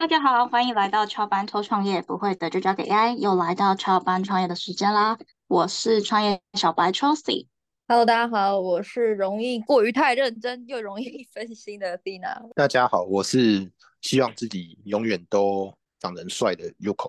大家好，欢迎来到超班偷创业，不会的就交给 AI，又来到超班创业的时间啦。我是创业小白 Chelsea。 Hello，大家好，我是容易过于太认真又容易分心的 Dina。 大家好，我是希望自己永远都长得很帅的 Yuko。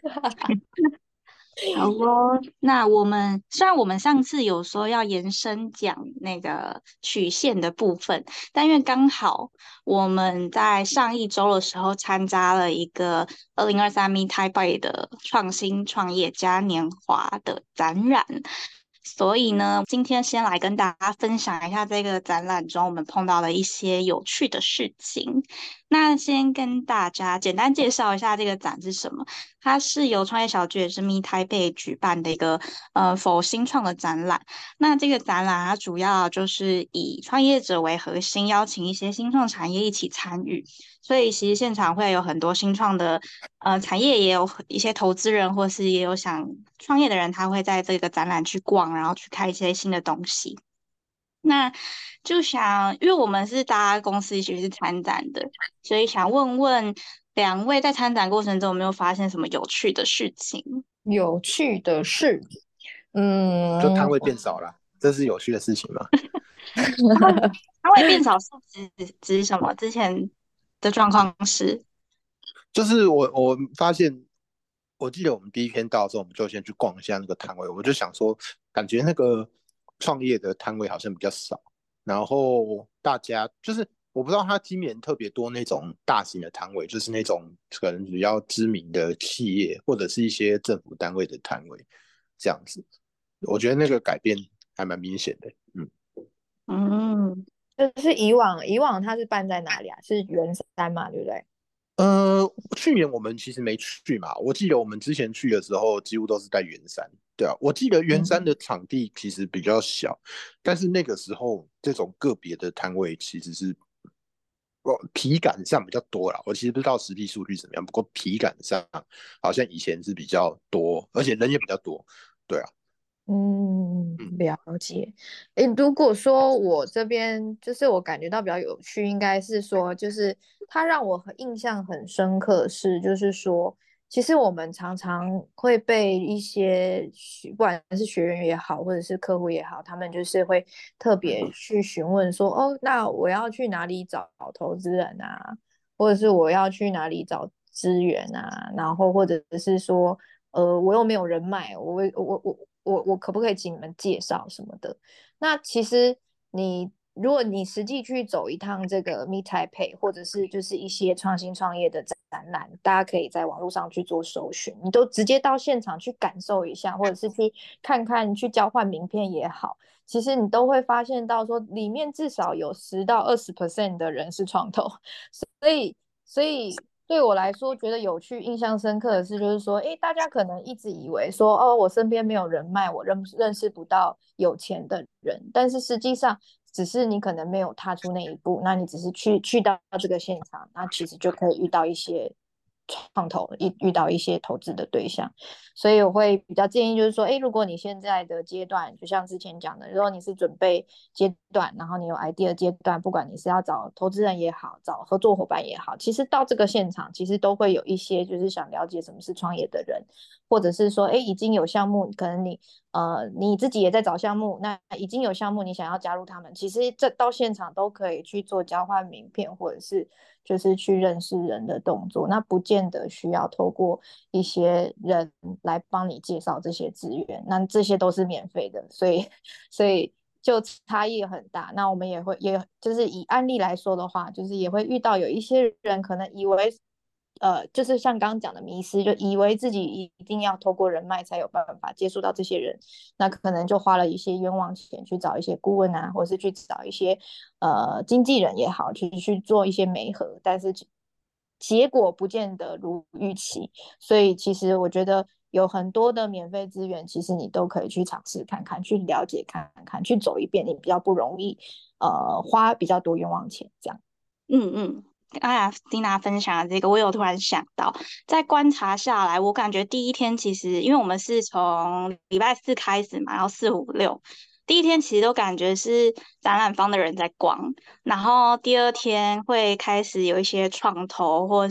好哦，那虽然我们上次有说要延伸讲那个曲线的部分，但因为刚好我们在上一周的时候参加了一个2023 Meet Taipei 的创新创业嘉年华的展览，所以呢，今天先来跟大家分享一下这个展览中我们碰到的一些有趣的事情。那先跟大家简单介绍一下这个展是什么。它是由创业小聚也是 Meet Taipei 举办的一个否新创的展览。那这个展览它主要就是以创业者为核心，邀请一些新创产业一起参与。所以其实现场会有很多新创的产业，也有一些投资人或是也有想创业的人，他会在这个展览去逛，然后去看一些新的东西。那就想，因为我们是大家公司一起去参展的，所以想问问两位在参展过程中有没有发现什么有趣的事情？ 有趣的是， 就摊嗯， 位变少了，这是有趣的事情吗？ 它会它会变少是指什么？之前的状况是， 就是我发现，我记得我们第一天到的时候，我们就先去逛一下那个摊位，我就想说，感觉那个创业的摊位好像比较少，然后大家就是我不知道他今年特别多那种大型的摊位，就是那种可能比较知名的企业或者是一些政府单位的摊位这样子，我觉得那个改变还蛮明显的，嗯。 嗯， 就是以往它是办在哪里啊？是圆山嘛，对不对？ 去年我们其实没去嘛，我记得我们之前去的时候几乎都是在圆山，对啊，我记得圆山嗯， 的场地其实比较小，但是那个时候这种个别的摊位其实是，体感上比较多啦。我其实不知道实际数据怎么样，不过体感上好像以前是比较多，而且人也比较多，对啊，嗯， 了解。诶，如果说我这边就是我感觉到比较有趣，应该是说，就是它让我印象很深刻是，就是说，其实我们常常会被一些不管是学员也好，或者是客户也好，他们就是会特别去询问说，哦，那我要去哪里找投资人啊？或者是我要去哪里找资源啊？然后或者是说，我又没有人脉，我可不可以请你们介绍什么的？那其实如果你实际去走一趟这个 Meet Taipei，或者是就是一些创新创业的展览，大家可以在网络上去做搜寻，你都直接到现场去感受一下，或者是去看看，去交换名片也好，其实你都会发现到说，里面至少有10到20% 的人是创投，所以，所以对我来说，觉得有趣、印象深刻的是，就是说，诶，大家可能一直以为说，哦，我身边没有人脉，我认识不到有钱的人，但是实际上，只是你可能没有踏出那一步，那你只是去到这个现场，那其实就可以遇到一些创投，遇到一些投资的对象。所以我会比较建议，就是说，诶，如果你现在的阶段，就像之前讲的，如果你是准备阶段，然后你有 idea 阶段，不管你是要找投资人也好，找合作伙伴也好，其实到这个现场，其实都会有一些就是想了解什么是创业的人，或者是说，诶，已经有项目，可能你自己也在找项目，那已经有项目你想要加入他们，其实这到现场都可以去做交换名片，或者是就是去认识人的动作，那不见得需要透过一些人来帮你介绍这些资源，那这些都是免费的，所以就差异很大。那我们也就是以案例来说的话，就是也会遇到有一些人可能以为就是像刚刚讲的迷失，就以为自己一定要透过人脉才有办法接触到这些人，那可能就花了一些冤枉钱去找一些顾问啊，或是去找一些经纪人也好，去做一些媒合，但是结果不见得如预期。所以其实我觉得有很多的免费资源，其实你都可以去尝试看看，去了解看看，去走一遍，你比较不容易花比较多冤枉钱这样。 嗯嗯。哎呀，蒂娜分享的这个，我有突然想到，在观察下来，我感觉第一天其实，因为我们是从礼拜4开始嘛，然后4、5、6，第一天其实都感觉是展览方的人在逛，然后第二天会开始有一些创投或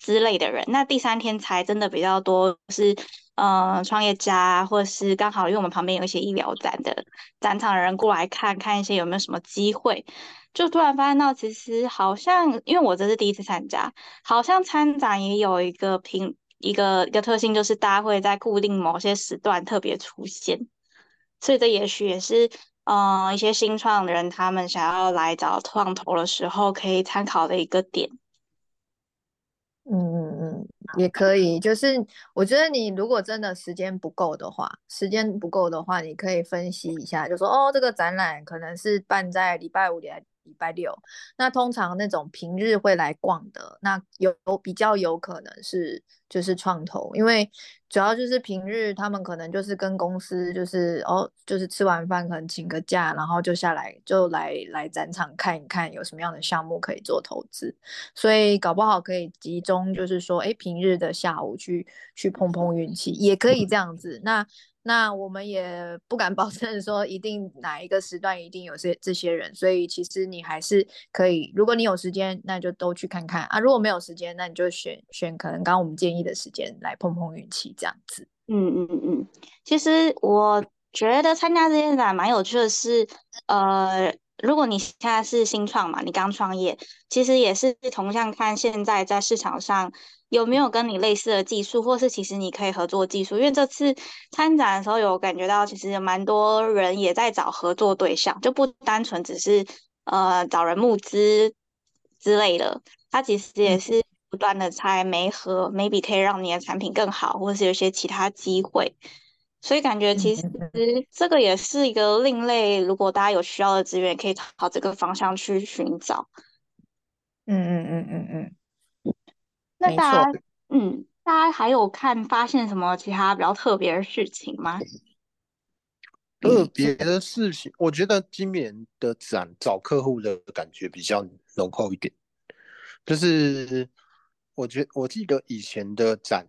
之类的人。那第三天才真的比较多是创业家，或是刚好因为我们旁边有一些医疗展的展场的人过来看看一些有没有什么机会。就突然发现到，其实好像因为我这是第一次参加，好像参展也有一个特性，就是大家会在固定某些时段特别出现，所以这也许也是一些新创的人他们想要来找创投的时候可以参考的一个点。 也可以。就是我觉得你如果真的时间不够的话，你可以分析一下，就说哦，这个展览可能是办在礼拜五、礼拜六，那通常那种平日会来逛的，那比较有可能是就是创投，因为主要就是平日他们可能就是跟公司就是吃完饭可能请个假，然后就下来就来展场看一看有什么样的项目可以做投资，所以搞不好可以集中就是说，平日的下午去碰碰运气，也可以这样子。那我们也不敢保证说一定哪一个时段一定有这些人，所以其实你还是可以，如果你有时间，那就都去看看啊；如果没有时间，那你就选可能刚刚我们建议的时间来碰碰运气，这样子。 其实我觉得参加这些展蛮有趣的是，如果你现在是新创嘛，你刚创业，其实也是同样看现在在市场上有没有跟你类似的技术，或是其实你可以合作技术。因为这次参展的时候有感觉到，其实有蛮多人也在找合作对象，就不单纯只是找人募资之类的，它其实也是不断的猜媒合，maybe 可以让你的产品更好，或是有一些其他机会。所以感觉其实这个也是一个另类，如果大家有需要的资源，可以朝这个方向去寻找。 嗯嗯嗯嗯嗯， 那没错。 大家还有发现什么其他比较特别的事情吗？ 特别的事情，我觉得今年的展找客户的感觉比较浓厚一点。就是我记得以前的展，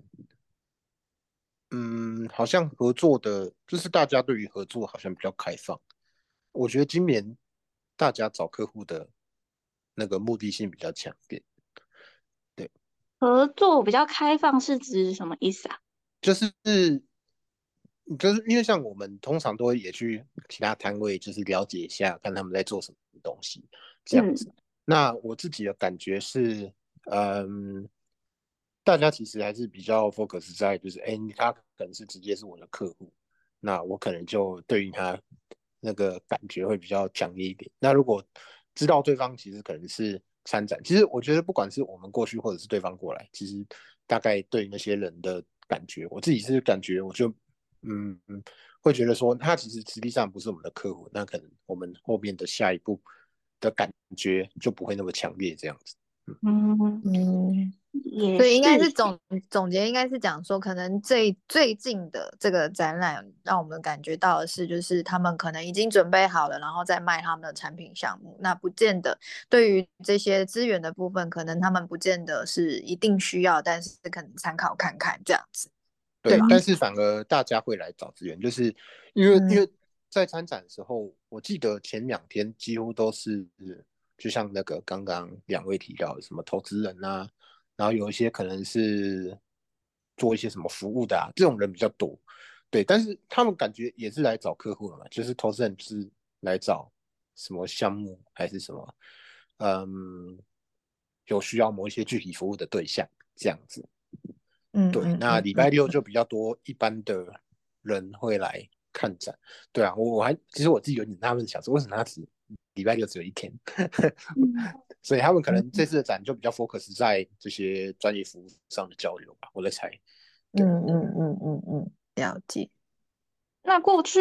好像合作的，就是大家对于合作好像比较开放。我觉得今年大家找客户的那个目的性比较强烈。对， 合作比较开放是指什么意思啊？ 就是就是因为像我们通常都会也去其他摊位，就是了解一下，看他们在做什么东西这样嗯子。那我自己的感觉是，嗯，大家其实还是比较 focus 在就是，他可能是直接是我的客户，那我可能就对于他那个感觉会比较强烈一点。那如果知道对方其实可能是参展，其实我觉得不管是我们过去或者是对方过来，其实大概对那些人的感觉，我自己是感觉我就嗯会觉得说他其实实际上不是我们的客户，那可能我们后面的下一步的感觉就不会那么强烈这样子。 嗯， 嗯， 也是。 所以应该是总结，应该是讲说，可能最近的这个展览，让我们感觉到的是，就是他们可能已经准备好了，然后再卖他们的产品项目。那不见得对于这些资源的部分，可能他们不见得是一定需要，但是可能参考看看这样子，对对， 吧？ 但是反而大家会来找资源，就是因为在参展的时候，我记得前2天几乎都是，就像那个刚刚两位提到的什么投资人啊，然后有一些可能是做一些什么服务的啊，这种人比较多。对，但是他们感觉也是来找客户的嘛，就是投资人是来找什么项目还是什么，嗯，有需要某一些具体服务的对象这样子。对，那礼拜六就比较多一般的人会来看展。对啊，其实我自己有点纳闷，想说为什么他礼拜六只有1天，所以他们可能这次的展就比较 focus 在这些专业服务上的交流吧，我在猜。对， 了解。 那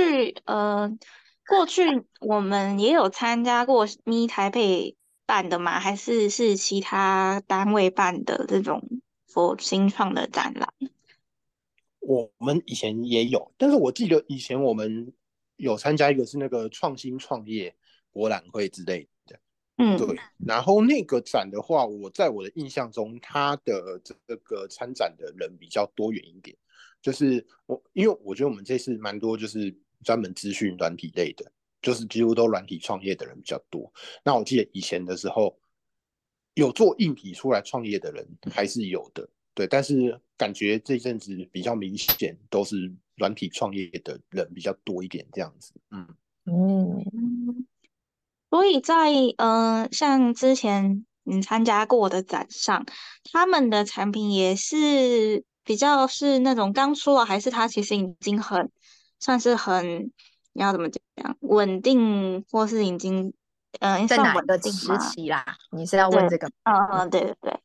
过去我们也有参加过咪台北办的吗？还是其他单位办的这种新创的展览？ 我们以前也有，但是我记得以前我们有参加一个是那个创新创业博览会之类的。 嗯对，然后那个展的话，在我的印象中，它的这个参展的人比较多元一点。就是因为我觉得我们这次蛮多就是专门资讯软体类的，就是几乎都软体创业的人比较多。那我记得以前的时候， 有做硬体出来创业的人还是有的，对，但是感觉这阵子比较明显都是软体创业的人比较多一点这样子。 嗯，所以在像之前你参加过的展上，他们的产品也是比较是那种刚出了，还是它其实已经算是很要怎么讲稳定，或是已经在算稳哪一个时定吗？ 期啦？你是要对， 问这个吗？ 对对对，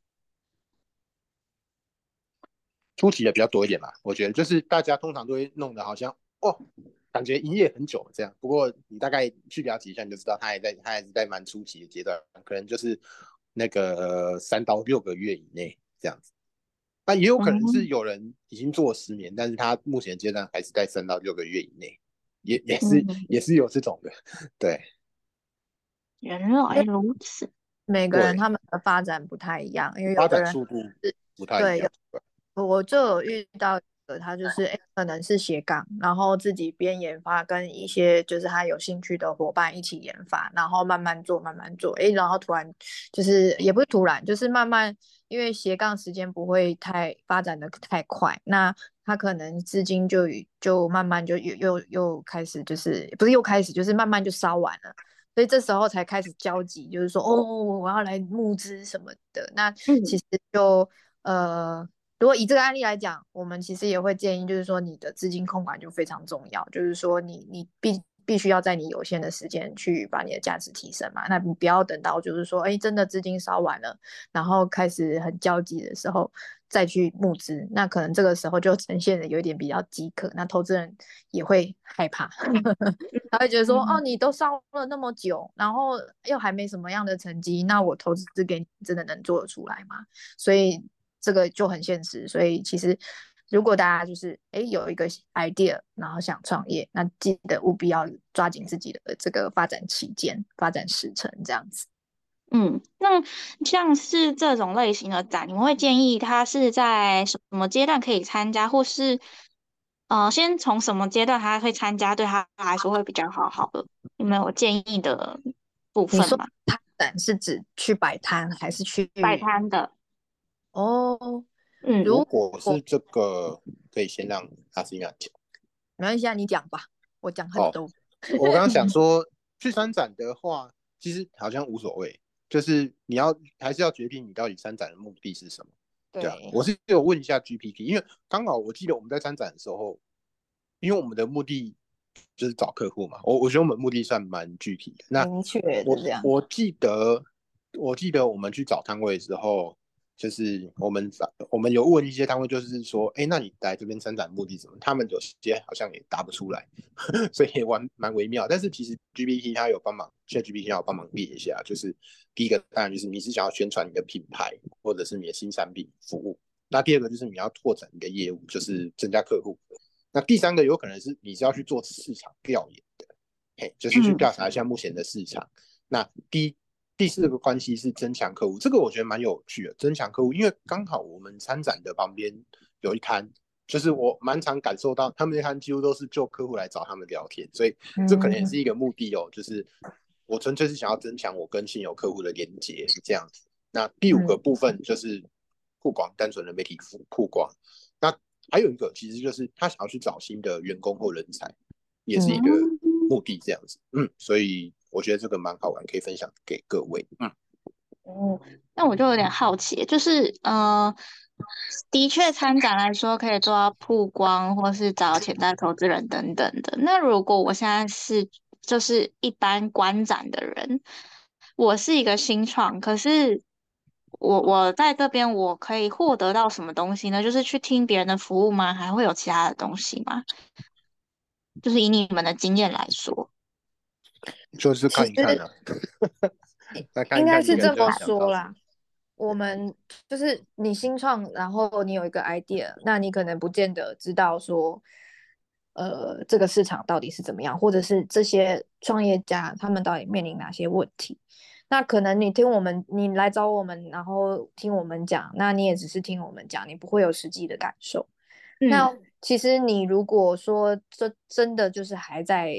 初期的比较多一点吧，我觉得就是大家通常都会弄得好像哦，感觉营业很久这样。不过你大概去了解一下，你就知道他还是在蛮初期的阶段，可能就是那个3到6个月以内这样子。那也有可能是嗯有人已经做了10年，但是他目前阶段还是在3到6个月以内， 嗯， 也是有这种的，对原来如此。 每个人对， 他们的发展不太一样，因为有发的人展速度是不太一对， 样。 我就有遇到一个，他就是可能是斜杠，然后自己边研发，跟一些就是他有兴趣的伙伴一起研发，然后慢慢做，慢慢做，然后突然就是也不是突然，就是慢慢，因为斜杠时间不会太发展的太快，那他可能资金就慢慢就又开始，就是不是又开始，就是慢慢就烧完了。所以这时候才开始交集，就是说，哦，我要来募资什么的。那其嗯实就如果以这个案例来讲，我们其实也会建议，就是说你的资金控管就非常重要，就是说你必须要在你有限的时间去把你的价值提升嘛。那你不要等到就是说，真的资金烧完了，然后开始很焦急的时候再去募资，那可能这个时候就呈现的有一点比较饥渴，那投资人也会害怕。他会觉得说，哦， 嗯你都烧了那么久，然后又还没什么样的成绩，那我投资给你真的能做得出来吗？所以这个就很现实。所以其实如果大家就是有一个 idea，然后想创业，那记得务必要抓紧自己的这个发展期间、发展时程这样子。 那像是这种类型的展，你们会建议他是在什么阶段可以参加，或是先从什么阶段他会参加，对他来说会比较好的？你们有建议的部你说分吗？ 摊展是指去摆摊还是去？ 摆摊的， 哦， 嗯如如果是这个，可以先让阿斯亚讲。 没关系啊，你讲吧，我讲很哦， 多。 我刚刚想说，去参展的话，其实好像无所谓，就是还是要决定你到底参展的目的是什么。对啊， 对， 我是有问一下 GPT，因为刚好我记得我们在参展的时候，因为我们的目的就是找客户嘛，我觉得我们目的算蛮具体的。那明确的这样。 我记得我们去找摊位的时候，就是我们有问一些摊位，就是说，哎，那你来这边参展目的是什么？他们有些好像也答不出来，所以也蛮微妙。但是其实 GPT 它有帮忙，现在 GPT 它有帮忙列一下，就是第一个当然就是你是想要宣传你的品牌，或者是你的新产品服务。那第二个就是你要拓展你的业务，就是增加客户。那第三个有可能是你是要去做市场调研的，嘿，就是去嗯调查一下目前的市场。那第四个关系是增强客户，这个我觉得蛮有趣的。增强客户，因为刚好我们参展的旁边有一摊，就是我蛮常感受到他们那摊几乎都是旧客户来找他们聊天，所以这可能也是嗯一个目的哦，就是我纯粹是想要增强我跟现有客户的连接，这样子。那第五个嗯部分就是曝光，单纯的媒体曝光。那还有一个其实就是他想要去找新的员工或人才，也是一个嗯， 嗯目的这样子。所以我觉得这个蛮好玩，可以分享给各位。 哦，那我就有点好奇，就是的确参展来说可以做到曝光，或是找潜在投资人等等的。那如果我现在就是一般观展的人，我是一个新创，可是我在这边我可以获得到什么东西呢？就是去听别人的服务吗？还会有其他的东西吗？就是以你们的经验来说， 就是其实看一看啊，再看应一看你该是这么可能就会想到什么。 说啦。我们就是你新创，然后你有一个 idea，那你可能不见得知道说，这个市场到底是怎么样，或者是这些创业家他们到底面临哪些问题。那可能你来找我们，然后听我们讲，那你也只是听我们讲，你不会有实际的感受。 嗯那其实你如果说这真的就是还在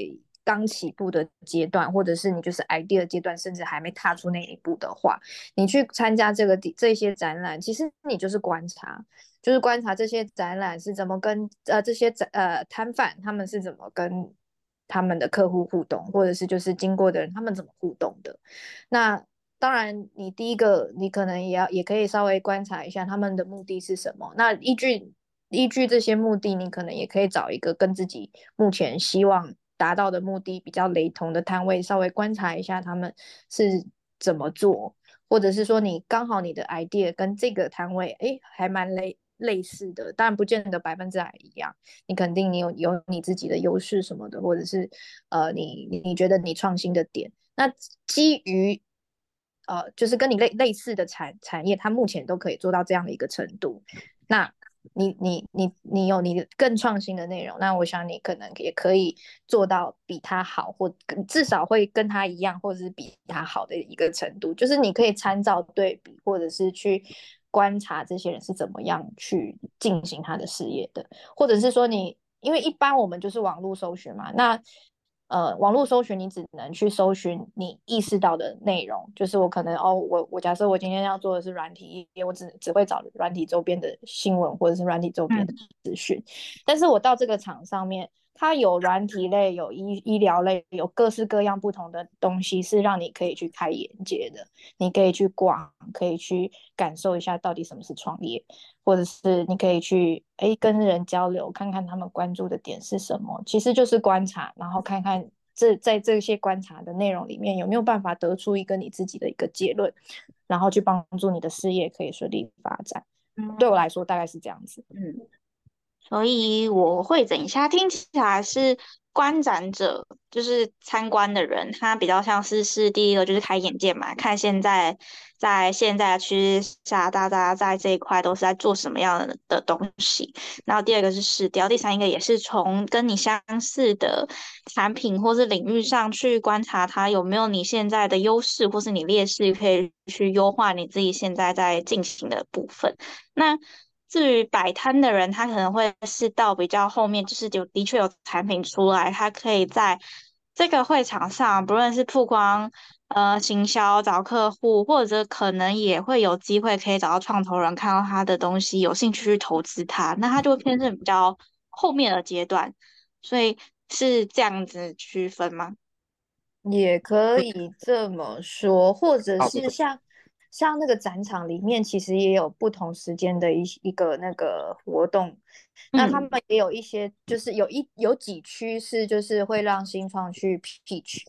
刚起步的阶段，或者是你就是 idea 阶段，甚至还没踏出那一步的话，你去参加这些展览，其实你就是观察，就是观察这些展览是怎么跟这些摊贩他们是怎么跟他们的客户互动，或者是就是经过的人他们怎么互动的。那当然，你第一个你可能也可以稍微观察一下他们的目的是什么。那依据这些目的，你可能也可以找一个跟自己目前希望达到的目的比较雷同的摊位，稍微观察一下他们是怎么做，或者是说你刚好你的 idea 跟这个摊位还蛮类似的，当然不见得100%一样，你肯定你有你自己的优势什么的，或者是你觉得你创新的点，那基于就是跟你类似的产业，它目前都可以做到这样的一个程度，那你有你更创新的内容，那我想你可能也可以做到比他好，或至少会跟他一样，或者是比他好的一个程度。就是你可以参照对比，或者是去观察这些人是怎么样去进行他的事业的，或者是说因为一般我们就是网络搜寻嘛，那网络搜寻你只能去搜寻你意识到的内容，就是我可能我假设我今天要做的是软体业，我只会找软体周边的新闻或者是软体周边的资讯，但是我到这个场上面，它有软体类，有医疗类，有各式各样不同的东西是让你可以去开眼界的，你可以去逛，可以去感受一下到底什么是创业，或者是你可以去跟人交流，看看他们关注的点是什么，其实就是观察，然后看看在这些观察的内容里面有没有办法得出一个你自己的一个结论，然后去帮助你的事业可以顺利发展。对我来说大概是这样子。 所以我会整一下，听起来是观展者，就是参观的人，他比较像是第一个就是开眼界嘛，看现在的趋势下，大家在这一块都是在做什么样的东西。然后第二个是试调，第三个也是从跟你相似的产品或是领域上去观察它有没有你现在的优势或是你劣势，可以去优化你自己现在在进行的部分。那至于摆摊的人，他可能会是到比较后面，就是的确有产品出来，他可以在这个会场上，不论是曝光、行销、找客户，或者可能也会有机会可以找到创投人，看到他的东西，有兴趣去投资他，那他就会偏向比较后面的阶段，所以是这样子区分吗？ 也可以这么说，或者好， 是像那个展场里面，其实也有不同时间的一个那个活动，那他们嗯也有一些，就是有几区是就是会让新创去 pitch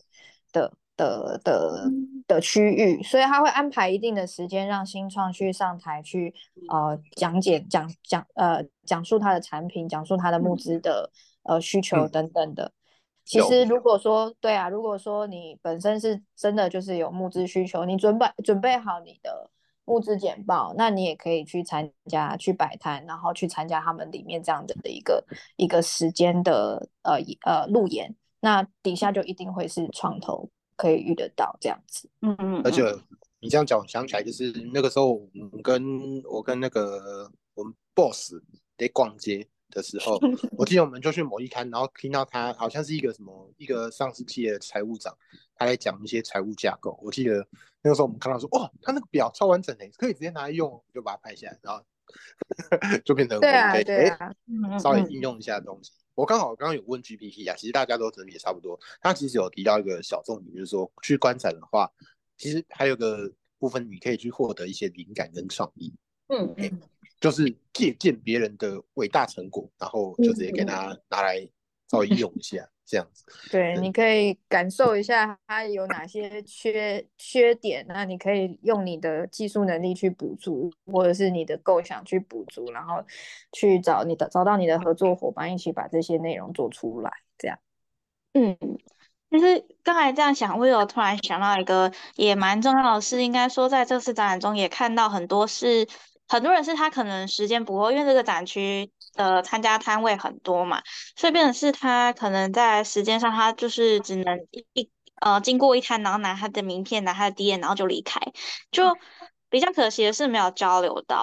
的区域，所以他会安排一定的时间让新创去上台去讲解讲述他的产品，讲述他的募资的需求嗯， 等等的。其有实如果说对啊，如果说你本身是真的就是有募资需求，你准备好你的募资简报，那你也可以去参加去摆摊，然后去参加他们里面这样的一个时间的路演，那底下就一定会是创投可以遇得到这样子。 而且嗯嗯你这样讲，我想起来就是那个时候，我跟那个我们 boss 在逛街的时候，我记得我们就去某一摊，然后听到他好像是一个上市企业的财务长，他在讲一些财务架构。我记得那个时候我们看到说，哇，他那个表超完整的，可以直接拿来用，就把它拍下来，然后就变成对啊， 我们可以对啊， 稍微嗯应用一下的东西。我刚刚有问 GPT 啊，其实大家都整理也差不多。他其实有提到一个小重点，就是说去观察的话，其实还有个部分你可以去获得一些灵感跟创意，哎， 嗯嗯就是借鉴别人的伟大成果，然后就直接给嗯。 他拿来稍微应用一下，这样子。 对， 对， 你可以感受一下它有哪些缺点，那你可以用你的技术能力去补足，或者是你的构想去补足，然后去找到你的合作伙伴，一起把这些内容做出来，这样。 嗯，其实刚才这样想，我有突然想到一个也蛮重要的事，应该说在这次展览中也看到很多人是他可能时间不够，因为这个展区的参加摊位很多嘛，所以变成是他可能在时间上他就是只能经过一摊，然后拿他的名片，拿他的 DM，然后就离开，就比较可惜的是没有交流到。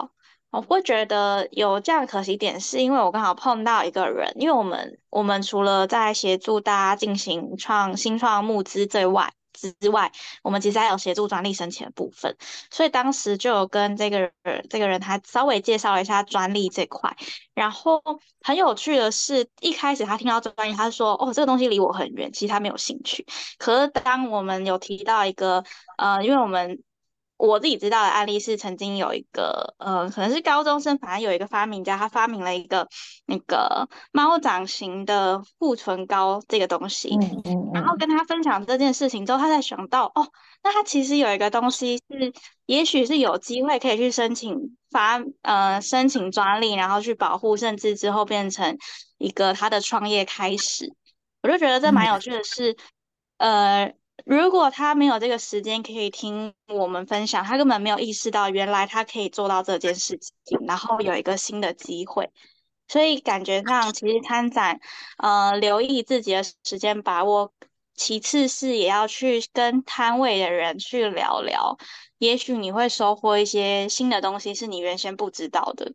我会觉得有这样的可惜点，是因为我刚好碰到一个人，因为我们除了在协助大家进行新创募资之外，我们其实还有协助专利申请的部分，所以当时就有跟这个人他稍微介绍了一下专利这块，然后很有趣的是，一开始他听到专利，他说哦这个东西离我很远，其实他没有兴趣，可是当我们有提到一个因为我自己知道的案例是，曾经有一个可能是高中生，反正有一个发明家，他发明了一个那个猫掌型的护唇膏这个东西，然后跟他分享这件事情之后，他才想到，哦，那他其实有一个东西是，也许是有机会可以去申请专利，然后去保护，甚至之后变成一个他的创业开始。我就觉得这蛮有趣的是，呃，如果他没有这个时间可以听我们分享，他根本没有意识到原来他可以做到这件事情，然后有一个新的机会。所以感觉上，其实参展，留意自己的时间把握。其次是也要去跟摊位的人去聊聊，也许你会收获一些新的东西，是你原先不知道的。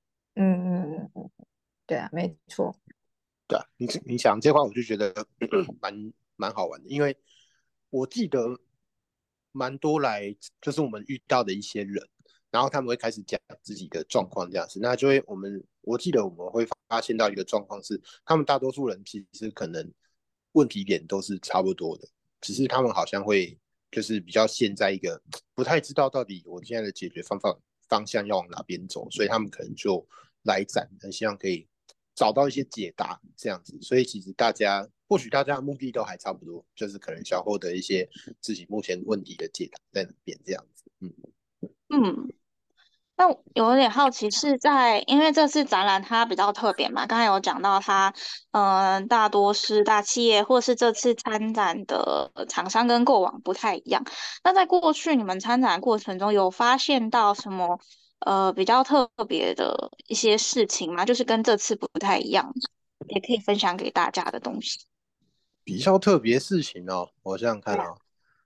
对啊，没错。 对啊，你讲这块我就觉得蛮好玩的，因为我记得蛮多来就是我们遇到的一些人，然后他们会开始讲自己的状况这样子，那就会我记得我们会发现到一个状况是，他们大多数人其实可能问题点都是差不多的，只是他们好像会就是比较陷在一个不太知道到底我现在的解决方向要往哪边走，所以他们可能就来展，很希望可以找到一些解答这样子。所以其实或许大家的目的都还差不多，就是可能想获得一些自己目前问题的解答在哪边这样子。 嗯，那我有点好奇是在，因为这次展览它比较特别嘛，刚才有讲到它，大多是大企业，或是这次参展的厂商跟过往不太一样。那在过去你们参展的过程中，有发现到什么比较特别的一些事情吗？就是跟这次不太一样，也可以分享给大家的东西。 比较特别事情哦，我想想看哦，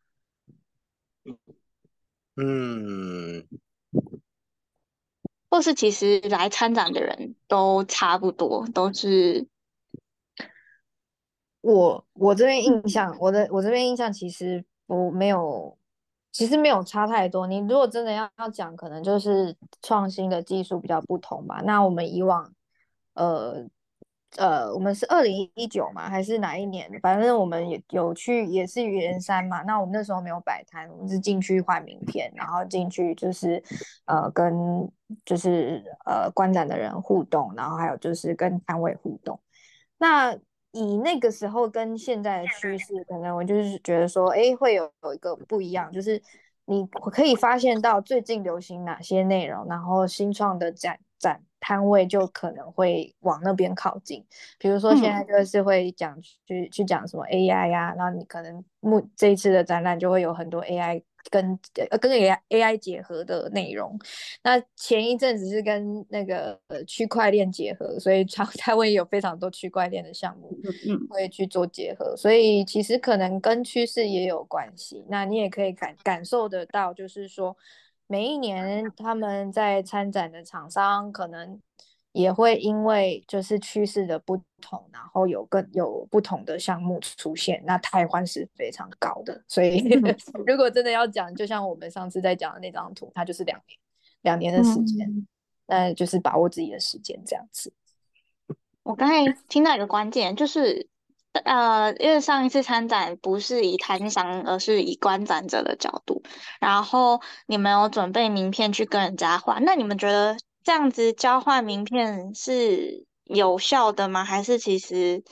嗯， 或是其实来参展的人都差不多，都是我这边印象，我这边印象其实不没有，其实没有差太多。你如果真的要讲，可能就是创新的技术比较不同吧。那我们以往，呃我们是2019嘛，还是哪一年？反正我们也有去，也是圆山嘛。那我们那时候没有摆摊，我们是进去换名片，然后进去就是跟观展的人互动，然后还有就是跟摊位互动。那以那个时候跟现在的趋势，可能我就是觉得说，哎，会有一个不一样，就是你可以发现到最近流行哪些内容，然后新创的摊位就可能会往那边靠近。比如说现在就是会去讲什么 AI 呀、然后你可能这一次的展览就会有很多 AI 跟 AI 结合的内容。那前一阵子是跟那个区块链结合，所以台湾也有非常多区块链的项目会去做结合，所以其实可能跟趋势也有关系。那你也可以感受得到，就是说每一年他们在参展的厂商可能也会因为就是趋势的不同，然后有不同的项目出现，那汰换是非常高的。所以如果真的要讲，就像我们上次在讲的那张图，它就是2年的时间，那就是把握自己的时间这样子。 我刚才听到一个关键，就是因为上一次参展不是以摊商，而是以观展者的角度，然后你们有准备名片去跟人家换，那你们觉得这样子交换名片是有效的吗？还是其实，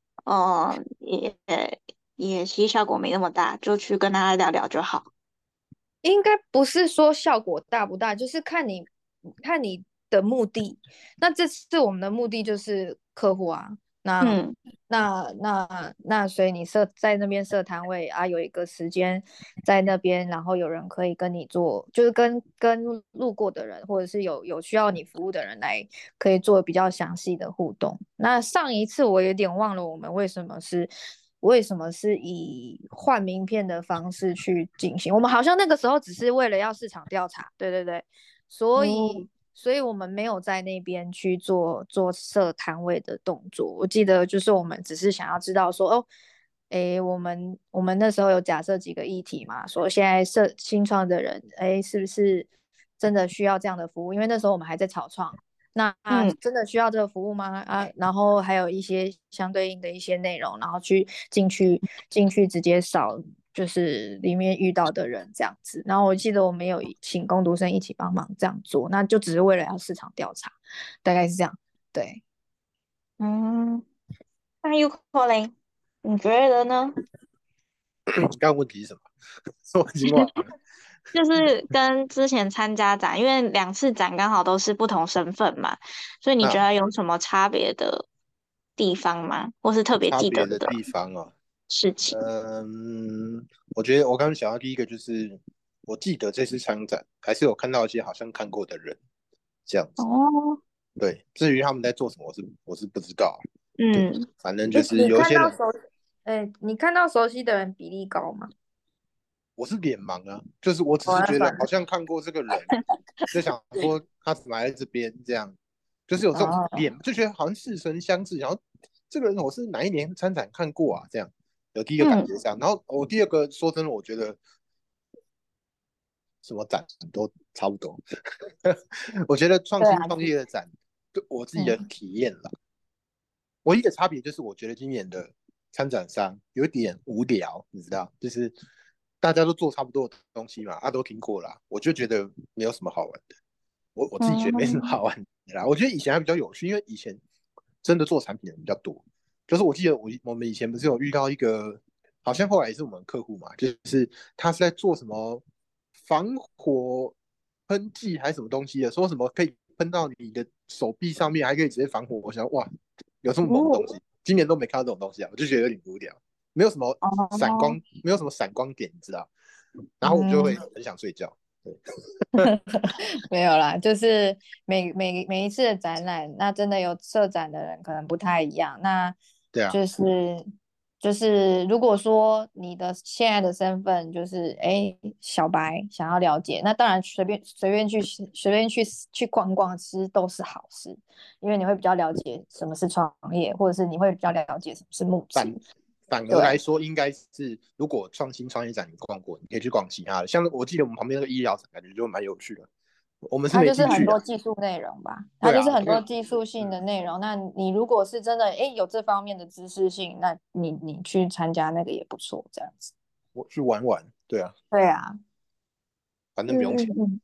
也其实效果没那么大，就去跟他聊聊就好。 应该不是说效果大不大，就是看你的目的。那这次我们的目的就是客户啊，那嗯所以你在那边设摊位啊，有一个时间在那边，然后有人可以跟你做，就是跟路过的人，或者是有需要你服务的人来，可以做比较详细的互动。那上一次我有点忘了我们为什么是以换名片的方式去进行？我们好像那个时候只是为了要市场调查，对对对，所哦， 以所以我们没有在那边去做设摊位的动作。我记得就是我们只是想要知道说，哦，诶，我们那时候有假设几个议题嘛，说现在设新创的人，诶，是不是真的需要这样的服务？因为那时候我们还在草创，那嗯真的需要这个服务吗？啊，然后还有一些相对应的一些内容，然后进去直接扫，就是里面遇到的人这样子。然后我记得我们有请工读生一起帮忙这样做，那就只是为了要市场调查，大概是这样。对， 嗯，那 Yuko 嘞，你觉得呢？ 刚刚问题是什么？我已经忘了。 就是跟之前参加展，因为2次展刚好都是不同身份嘛，所以你觉啊， 得有什么差别的地方吗？或是特别差记得的别的地方啊， 事情？ 我觉得我刚刚想到第一个就是，我记得这次参展还是有看到一些好像看过的人这样子。 哦， 对，至于他们在做什么，我是不知道啊。对， 嗯， 反正就诶， 是有一些人， 你看到熟悉的人比例高吗？ 我是脸盲啊，就是我只是觉得我那算了。 好像看过这个人，就想说他怎么来这边这样，就是有这种哦， 脸，就觉得好像似曾相识，然后这个人我是哪一年参展看过啊？这样有第一个感嗯， 觉上，然后我第二个说真的，我觉得什么展都差不多。我觉得创对啊， 新创业的展，对我自己的嗯， 体验啦，唯一的差别就是我觉得今年的参展商有点无聊，你知道，就是大家都做差不多的东西嘛，都听过啦，我就觉得没有什么好玩的。我自己觉得没什么好嗯， 玩的啦。我觉得以前还比较有趣，因为以前真的做产品的人比较多。就是我记得我们以前不是有遇到一个，好像后来也是我们客户嘛，就是他是在做什么防火喷剂还是什么东西的，说什么可以喷到你的手臂上面，还可以直接防火。我想哇，有这么猛的东哦， 西，今年都没看到这种东西啊，我就觉得有点无聊，没有什么闪光， 哦， 没有什么闪光点，你知道？然后我就会嗯， 很想睡觉。对， 没有啦，就是每一次的展览，那真的有策展的人可能不太一样。那对啊， 就是如果说你的现在的身份就是小白想要了解，那当然随便去逛逛，其实都是好事，因为你会比较了解什么是创业，或者是你会比较了解什么是募资。 反反而来对， 说，应该是如果创新创业展你逛过，你可以去逛其他的。像我记得我们旁边那个医疗展，感觉就蛮有趣的。我们是没它就是很进去啊。 多技术内容吧，它对啊， 就是很多因为技术性的内容。那你如果是真的有这方面的知识性，那你去参加那个也不错，这样子。 我去玩玩，对啊， 对啊， 反正不用钱。 嗯嗯嗯，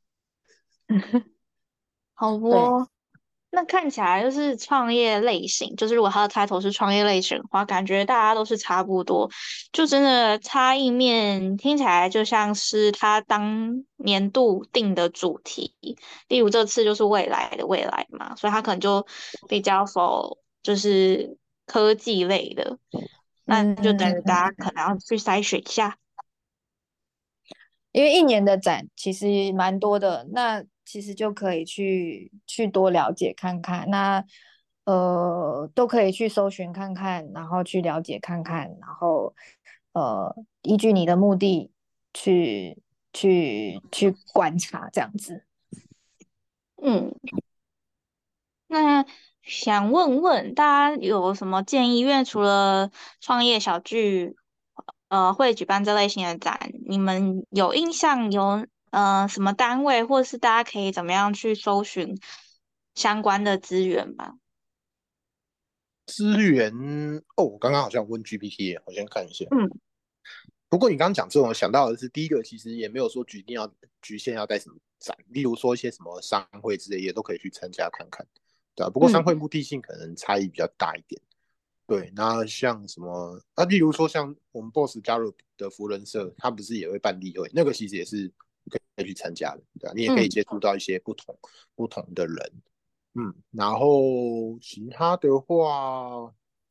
好对， 哦。那看起来就是创业类型，就是如果它的开头是创业类型的话，感觉大家都是差不多，就真的差异面听起来就像是他当年度定的主题，例如这次就是未来的未来嘛，所以他可能就比较否就是科技类的，那就等于嗯， 大家可能要去筛选一下。 因为一年的展其实蛮多的，那其实就可以去多了解看看，那都可以去搜寻看看，然后去了解看看，然后依据你的目的去去观察这样子。 嗯，那想问问大家有什么建议？因为除了创业小聚，会举办这类型的展，你们有印象有什么单位，或是大家可以怎么样去搜寻相关的资源吗？ 资源哦，我刚刚好像问 GPT，我先看一下。 嗯不过你刚刚讲这种，我想到的是第一个，其实也没有说局限要在什么展，例如说一些什么商会之类，也都可以去参加看看，对啊，不过商会嗯目的性可能差异比较大一点。对，那像什么例如说像我们 Boss 加入的福人社，他不是也会办例会，那个其实也是可以去参加的，对啊，你也可以嗯接触到一些不同的人。然后其他的话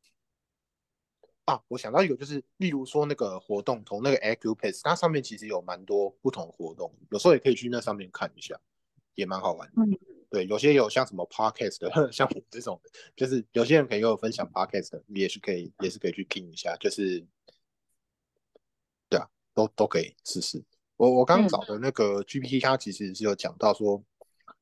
我想到一个，就是例如说那个活动从那个 Acupass，它上面其实有蛮多不同活动，有时候也可以去那上面看一下，也蛮好玩的。 嗯对，有些有像什么 podcast 的，像我这种的，就是有些人可以跟我分享 podcast 的，你也是可以去听一下，就是对啊，都可以试试。我刚嗯找的那个 GPT，它其实是有讲到说，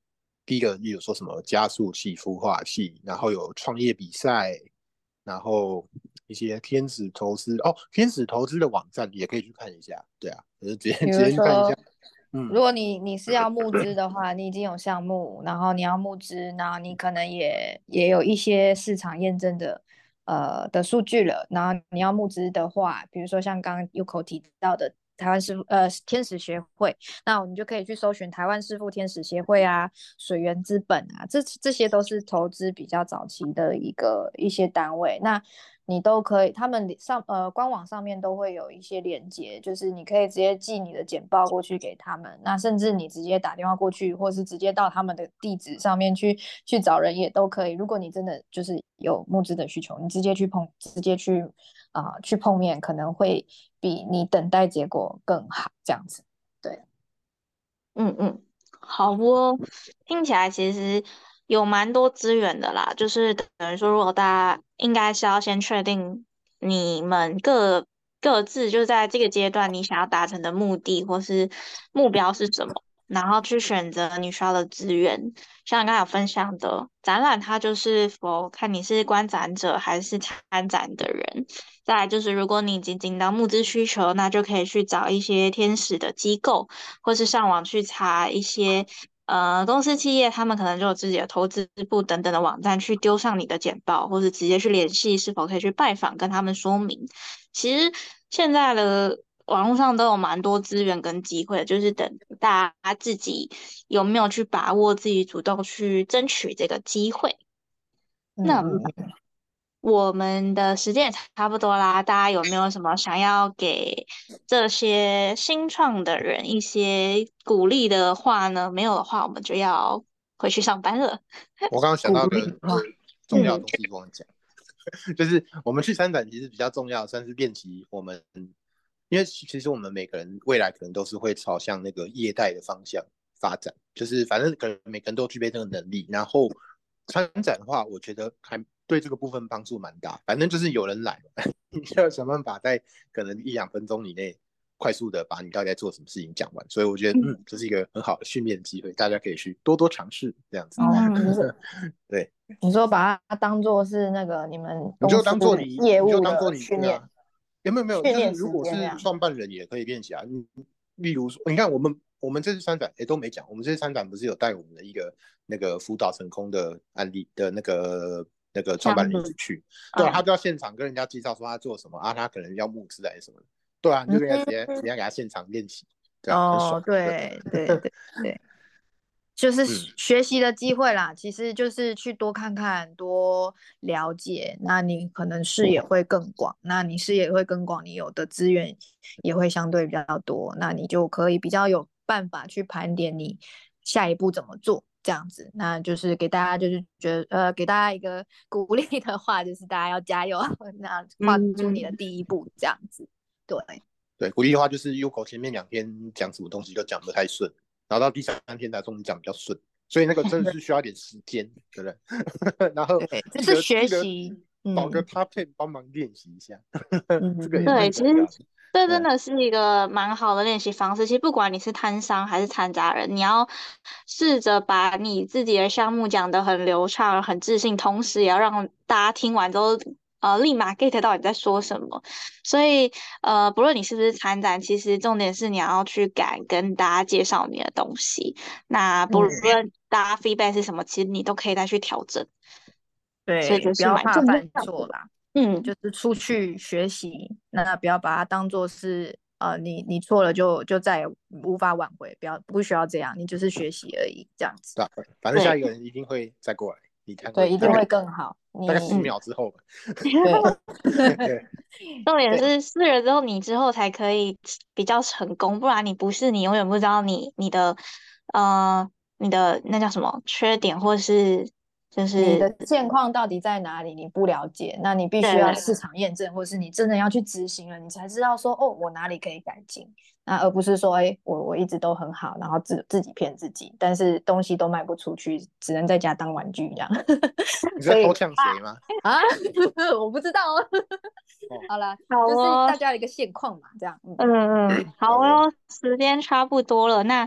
第一个，例如说什么加速器、孵化器，然后有创业比赛，然后一些天使投资哦，天使投资的网站也可以去看一下。对啊，就是比直接去看一如说， 下。 如果你是要募资的话，你已经有项目，然后你要募资，然后你可能也有一些市场验证的数据了。然后你要募资的话，比如说像刚刚 Yuko 提到的台湾天使协会，那你就可以去搜寻台湾师傅天使协会啊、水源资本啊，这些都是投资比较早期的一些单位。那你都可以，他们官网上面都会有一些连接，就是你可以直接寄你的简报过去给他们，那甚至你直接打电话过去，或是直接到他们的地址上面去找人也都可以。如果你真的就是有募资的需求，你直接去碰面，可能会比你等待结果更好，这样子。对， 嗯嗯，好哦，听起来其实有蛮多资源的啦，就是等于说，如果大家应该是要先确定你们各自就在这个阶段你想要达成的目的或是目标是什么，然后去选择你需要的资源。像刚才有分享的展览，它就是否看你是观展者还是参展的人。再来就是，如果你已经进到募资需求，那就可以去找一些天使的机构。或是上网去查一些公司企业，他们可能就有自己的投资部等等的网站去丢上你的简报，或是直接去联系是否可以去拜访，跟他们说明。其实现在的网络上都有蛮多资源跟机会，就是等大家自己有没有去把握，自己主动去争取这个机会。那我们的时间也差不多啦，大家有没有什么想要给这些新创的人一些鼓励的话呢？没有的话，我们就要回去上班了。 我刚刚想鼓到个励哇， 重要的东西忘了讲，就是我们去参展其实比较重要，算是练习我们，因为其实我们每个人未来可能都是会朝向那个业代的方向发展，就是反正可能每个人都具备这个能力。然后参展的话，我觉得还对这个部分帮助蛮大。反正就是有人来，你要想办法在可能一两分钟以内快速的把你到底在做什么事情讲完。所以我觉得，这是一个很好的训练机会，大家可以去多多尝试这样子。对。 你说把它当做是那个你们你就公司当做你， 业务你就当做的训练你对啊，有没有没有？就是训练如果是时间这样。 创办人也可以练习啊。例如说，你看我们这次参展也都没讲，我们这次参展不是有带我们的一个那个辅导成功的案例的那个创办人一起去，对啊，他就要现场跟人家介绍说他做什么啊，他可能要募资还是什么的，对啊，你就跟人家直接给他现场练习，对啊，很爽。 对对对对，就是学习的机会啦，其实就是去多看看、多了解，那你可能视野会更广，那你视野会更广，你有的资源也会相对比较多，那你就可以比较有办法去盘点你下一步怎么做，这样子。那就是给大家就是给大家一个鼓励的话，就是大家要加油，那跨出你的第一步，这样子。对。 对，鼓励的话就是 Uko 前面2天讲什么东西都讲不太顺，然后到第3天才终于讲比较顺，所以那个真的是需要一点时间，对不对？然后对，这是学习， 找个 top ten 帮忙练习一下，这个也对，其实蛮重要的。 这真的是一个蛮好的练习方式。其实不管你是摊商还是参加人，你要试着把你自己的项目讲得很流畅、很自信，同时也要让大家听完之后，立马 get 到你在说什么。所以，不论你是不是参展，其实重点是你要去敢跟大家介绍你的东西。那不论大家 feedback 是什么，其实你都可以再去调整。所以对， 这是不要蛮重要怕犯错的。 啦， 嗯。 就是出去学习，那不要把它当做是你错了就再也无法挽回，不需要这样，你就是学习而已，这样子。 对，反正下一个人一定会再过来，你看对， 会大概一定会更好。 大概10秒之后吧。对重点是试了之后，你之后才可以比较成功，不然你不是，你永远不知道呃你的那叫什么缺点，或是就是你的现况到底在哪里，你不了解，那你必须要对市场验证，或是你真的要去执行了，你才知道说，哦，我哪里可以改进，那而不是说，哎，我一直都很好，然后自己骗自己，但是东西都卖不出去，只能在家当玩具这样。所以你在偷呛谁吗？ 啊，我不知道哦。好了，就是好哦， 大家的一个现况嘛，这样。 好好哦， 哦，时间差不多了，那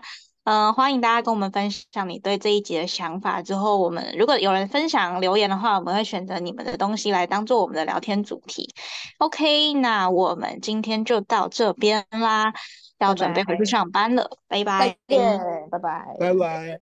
欢迎大家跟我们分享你对这一集的想法。之后我们如果有人分享留言的话，我们会选择你们的东西来当做我们的聊天主题。OK，那我们今天就到这边啦，要拜准备回去拜， 上班了，拜再拜。 见，拜拜。 拜拜。